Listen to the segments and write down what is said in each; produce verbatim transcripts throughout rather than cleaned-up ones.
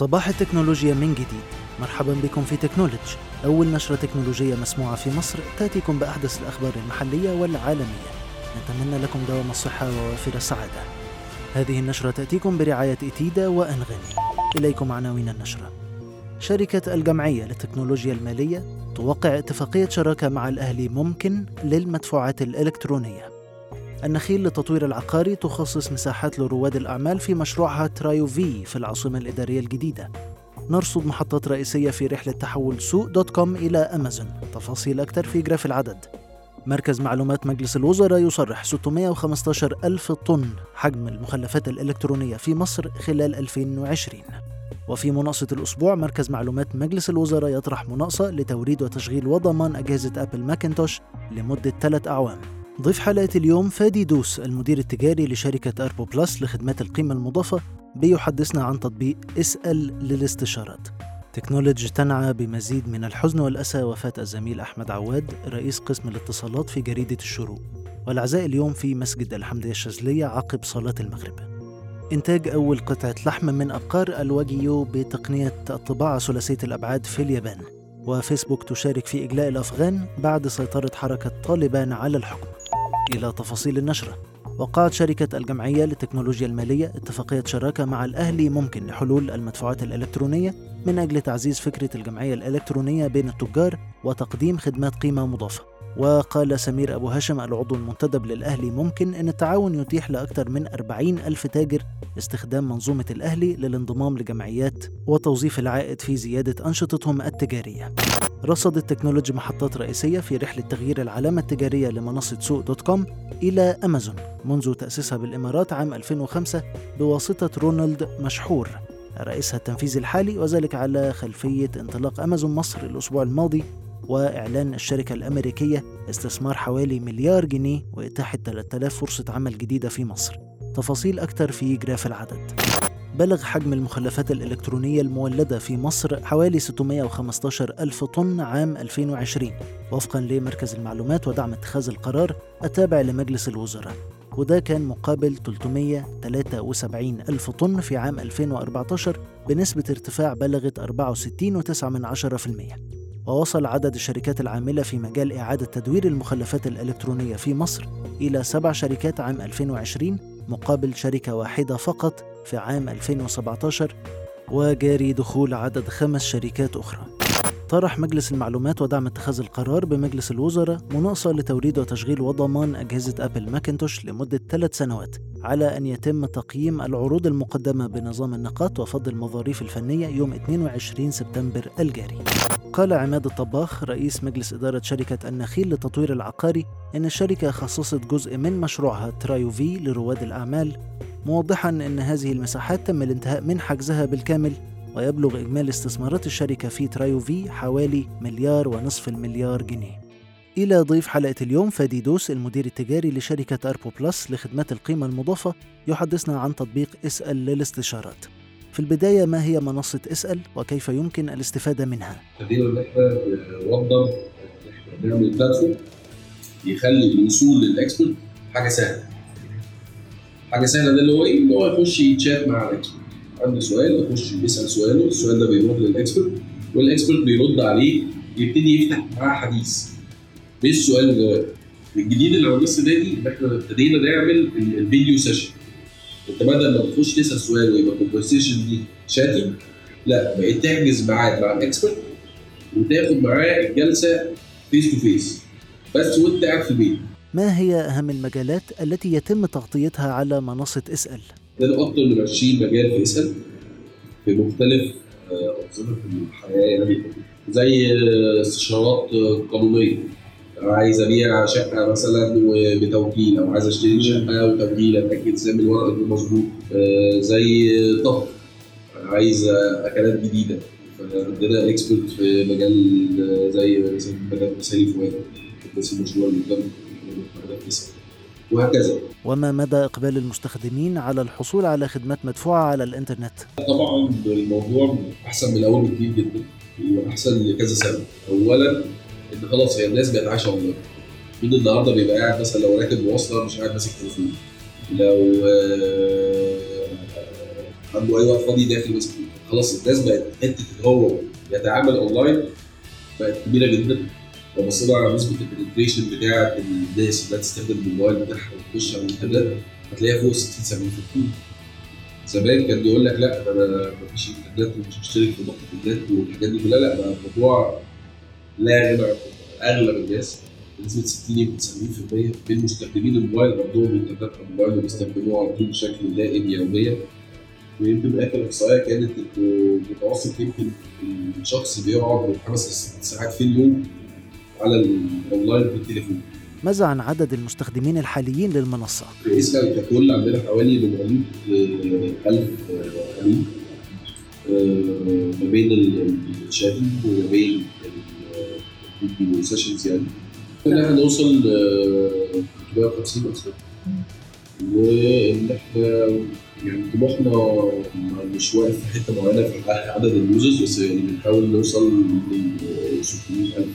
صباح التكنولوجيا من جديد. مرحبا بكم في تكنولوجي، أول نشرة تكنولوجية مسموعة في مصر تأتيكم بأحدث الأخبار المحلية والعالمية. نتمنى لكم دوام الصحة ووافر السعادة. هذه النشرة تأتيكم برعاية إتيدا وأنغامي. إليكم عناوين النشرة. شركة الجمعية للتكنولوجيا المالية توقع اتفاقية شراكة مع الأهلي ممكن للمدفوعات الإلكترونية. النخيل للتطوير العقاري تخصص مساحات لرواد الأعمال في مشروعها ترايوفي في العاصمة الإدارية الجديدة. نرصد محطات رئيسية في رحلة تحول سوق دوت كوم إلى أمازون. تفاصيل أكثر في جراف العدد. مركز معلومات مجلس الوزراء يصرح ستمائة وخمسة عشر ألف طن حجم المخلفات الإلكترونية في مصر خلال ألفين وعشرين. وفي مناقصة الأسبوع، مركز معلومات مجلس الوزراء يطرح مناقصة لتوريد وتشغيل وضمان أجهزة أبل ماكنتوش لمدة ثلاث أعوام. ضيف حلقة اليوم فادي دوس، المدير التجاري لشركة أربو بلس لخدمات القيمة المضافة، بيحدثنا عن تطبيق اسأل للاستشارات. تكنولوجي تنعى بمزيد من الحزن والأسى وفاة الزميل أحمد عواد رئيس قسم الاتصالات في جريدة الشروق، والعزاء اليوم في مسجد الحمدية الشاذلية عقب صلاة المغرب. إنتاج أول قطعة لحم من أبقار الواجيو بتقنية الطباعة ثلاثية الأبعاد في اليابان. وفيسبوك تشارك في إجلاء الأفغان بعد سيطرة حركة طالبان على الحكم. إلى تفاصيل النشرة. وقعت شركة الجمعية للتكنولوجيا المالية اتفاقية شراكة مع الأهلي ممكن لحلول المدفوعات الإلكترونية من أجل تعزيز فكرة الجمعية الإلكترونية بين التجار وتقديم خدمات قيمة مضافة. وقال سمير أبو هاشم العضو المنتدب للأهلي ممكن أن التعاون يتيح لأكثر من أربعين ألف تاجر استخدام منظومة الأهلي للانضمام لجمعيات وتوظيف العائد في زيادة أنشطتهم التجارية. رصدت تكنولوجي محطات رئيسية في رحلة تغيير العلامة التجارية لمنصة سوق دوت كوم إلى أمازون منذ تأسيسها بالإمارات عام ألفين وخمسة بواسطة رونالد مشحور رئيسها التنفيذي الحالي، وذلك على خلفية انطلاق أمازون مصر الأسبوع الماضي وإعلان الشركة الأمريكية استثمار حوالي مليار جنيه وإتاحة ثلاثة آلاف فرصة عمل جديدة في مصر. تفاصيل أكثر في جراف العدد. بلغ حجم المخلفات الإلكترونية المولدة في مصر حوالي ستمائة وخمسة عشر ألف طن عام ألفين وعشرين وفقا لمركز المعلومات ودعم اتخاذ القرار التابع لمجلس الوزراء، وده كان مقابل ثلاثمائة وثلاثة وسبعين ألف طن في عام ألفين وأربعة عشر بنسبة ارتفاع بلغت أربعة وستين فاصلة تسعة بالمئة. ووصل عدد الشركات العاملة في مجال إعادة تدوير المخلفات الإلكترونية في مصر إلى سبع شركات عام ألفين وعشرين مقابل شركة واحدة فقط في عام ألفين وسبعة عشر، وجاري دخول عدد خمس شركات أخرى. طرح مجلس المعلومات ودعم اتخاذ القرار بمجلس الوزراء مناقصة لتوريد وتشغيل وضمان أجهزة أبل ماكنتوش لمدة ثلاث سنوات على أن يتم تقييم العروض المقدمة بنظام النقاط وفض المظاريف الفنية يوم اثنين وعشرين سبتمبر الجاري. قال عماد الطباخ رئيس مجلس إدارة شركة النخيل للتطوير العقاري إن الشركة خصصت جزء من مشروعها ترايوفي لرواد الأعمال، موضحاً أن هذه المساحات تم الانتهاء من حجزها بالكامل، ويبلغ إجمالي استثمارات الشركة في ترايوفي حوالي مليار ونصف المليار جنيه. إلى ضيف حلقة اليوم فادي دوس، المدير التجاري لشركة أربو بلس لخدمات القيمة المضافة، يحدثنا عن تطبيق اسأل للاستشارات. في البداية، ما هي منصة اسأل وكيف يمكن الاستفادة منها؟ خلينا ان احنا نوضب نعمل بلاتفورم يخلي الوصول للاكسبرت حاجة سهلة. حاجة سهلة ده اللي هو ايه؟ اللي هو يخش يتشات مع الاكسبرت، عنده سؤال يخش يسأل سؤاله، السؤال ده بيروح للاكسبرت والاكسبرت بيرد عليه، يبتدي يفتح معاه حديث مش سؤال وجواب. الجديد اللي عملناه السنة دي ان احنا ابتدينا نعمل الفيديو سيشن. انت بدل ما تخش تسأل سؤال ويبقى الكونفرسيشن دي شاتنج، لا بقيت تحجز ميعاد مع الاكسبرت وتاخد معاه الجلسة فيس تو فيس بس وانت قاعد في البيت. ما هي أهم المجالات التي يتم تغطيتها على منصة اسأل؟ ده أكتر من عشرين مجال في اسأل في مختلف أنظمة الحياة، يعني زي استشارات قانونية، عايز أبيع شقة مثلا وبتوكيل، أو عايز أشتري شقة وتوكيل أتأكد سامي الورق المظبوط، زي طبخ، عايز أكلات جديدة، فعندنا إكسبرت في مجال زي مجال مثالي فؤاد بس المشروع اللي قدام وهكذا. وما مدى إقبال المستخدمين على الحصول على خدمات مدفوعة على الإنترنت؟ طبعا الموضوع أحسن من الأول بكتير جدا، وأحسن لكذا سبب. أولا إن خلاص هي الناس بقت عايشة أونلاين. من النهارده بيبقى قاعد مثلا لو راكب مواصلة مش قاعد ماسك تليفون، لو عنده أي وقت فاضي داخل ماسك خلاص الناس بقت حته ان هو يتعامل اونلاين بقت كبيره جدا. لو بصينا على نسبه البنتريشن بتاعه الناس اللي تستخدم الموبايل بتاعها وتخش على الانترنت هتلاقيها فوق ستين سبعين بالمية. زمان كان بيقول لك لا انا مفيش انترنت ومش هشترك في نقطه النت والحاجات دي كلها، لا بقى الموضوع لا غنى. اغلب الناس بنسبه ستين يمكن سبعين بالمية من مستخدمين الموبايل عندهم انترنت على الموبايل وبيستخدموه على طول بشكل دائم يوميا. ويمكن اخر احصائيه كانت انه متوسط يمكن الشخص بيقعد من خمس لست ساعات في اليوم على الاونلاين بالتليفون. ماذا عن عدد المستخدمين الحاليين للمنصة؟ اسمها ككل عندنا حوالي أربعمية ألف عميل ما بين الشاتنج وما بين الفيديو سيشنز. يعني كنا هنوصل ل ثلاثمية وخمسين أكثر، وإن إحنا يعني طموحنا مش واقف في حتة معينة في عدد اليوزرز، بس يعني بنحاول نوصل ل ستمية ألف.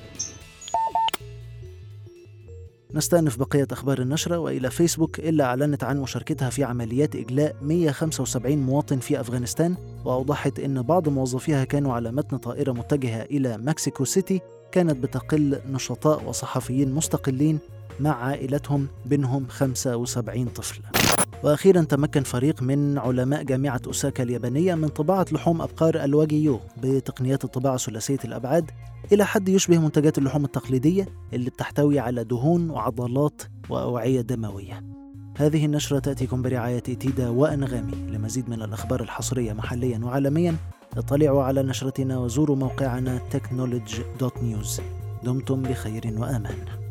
نستأنف بقية أخبار النشرة وإلى فيسبوك، إلا أعلنت عن مشاركتها في عمليات إجلاء مئة وخمسة وسبعين مواطن في أفغانستان، وأوضحت أن بعض موظفيها كانوا على متن طائرة متجهة إلى مكسيكو سيتي كانت بتقل نشطاء وصحفيين مستقلين مع عائلتهم بينهم خمسة وسبعين طفل. وأخيراً تمكن فريق من علماء جامعة أوساكا اليابانية من طباعة لحوم أبقار الواجيو بتقنيات الطباعة ثلاثية الأبعاد إلى حد يشبه منتجات اللحوم التقليدية اللي بتحتوي على دهون وعضلات وأوعية دموية. هذه النشرة تأتيكم برعاية تيدا وأنغامي. لمزيد من الأخبار الحصرية محلياً وعالمياً اطلعوا على نشرتنا وزوروا موقعنا تكنولوجي دوت نيوز. دمتم بخير وأمان.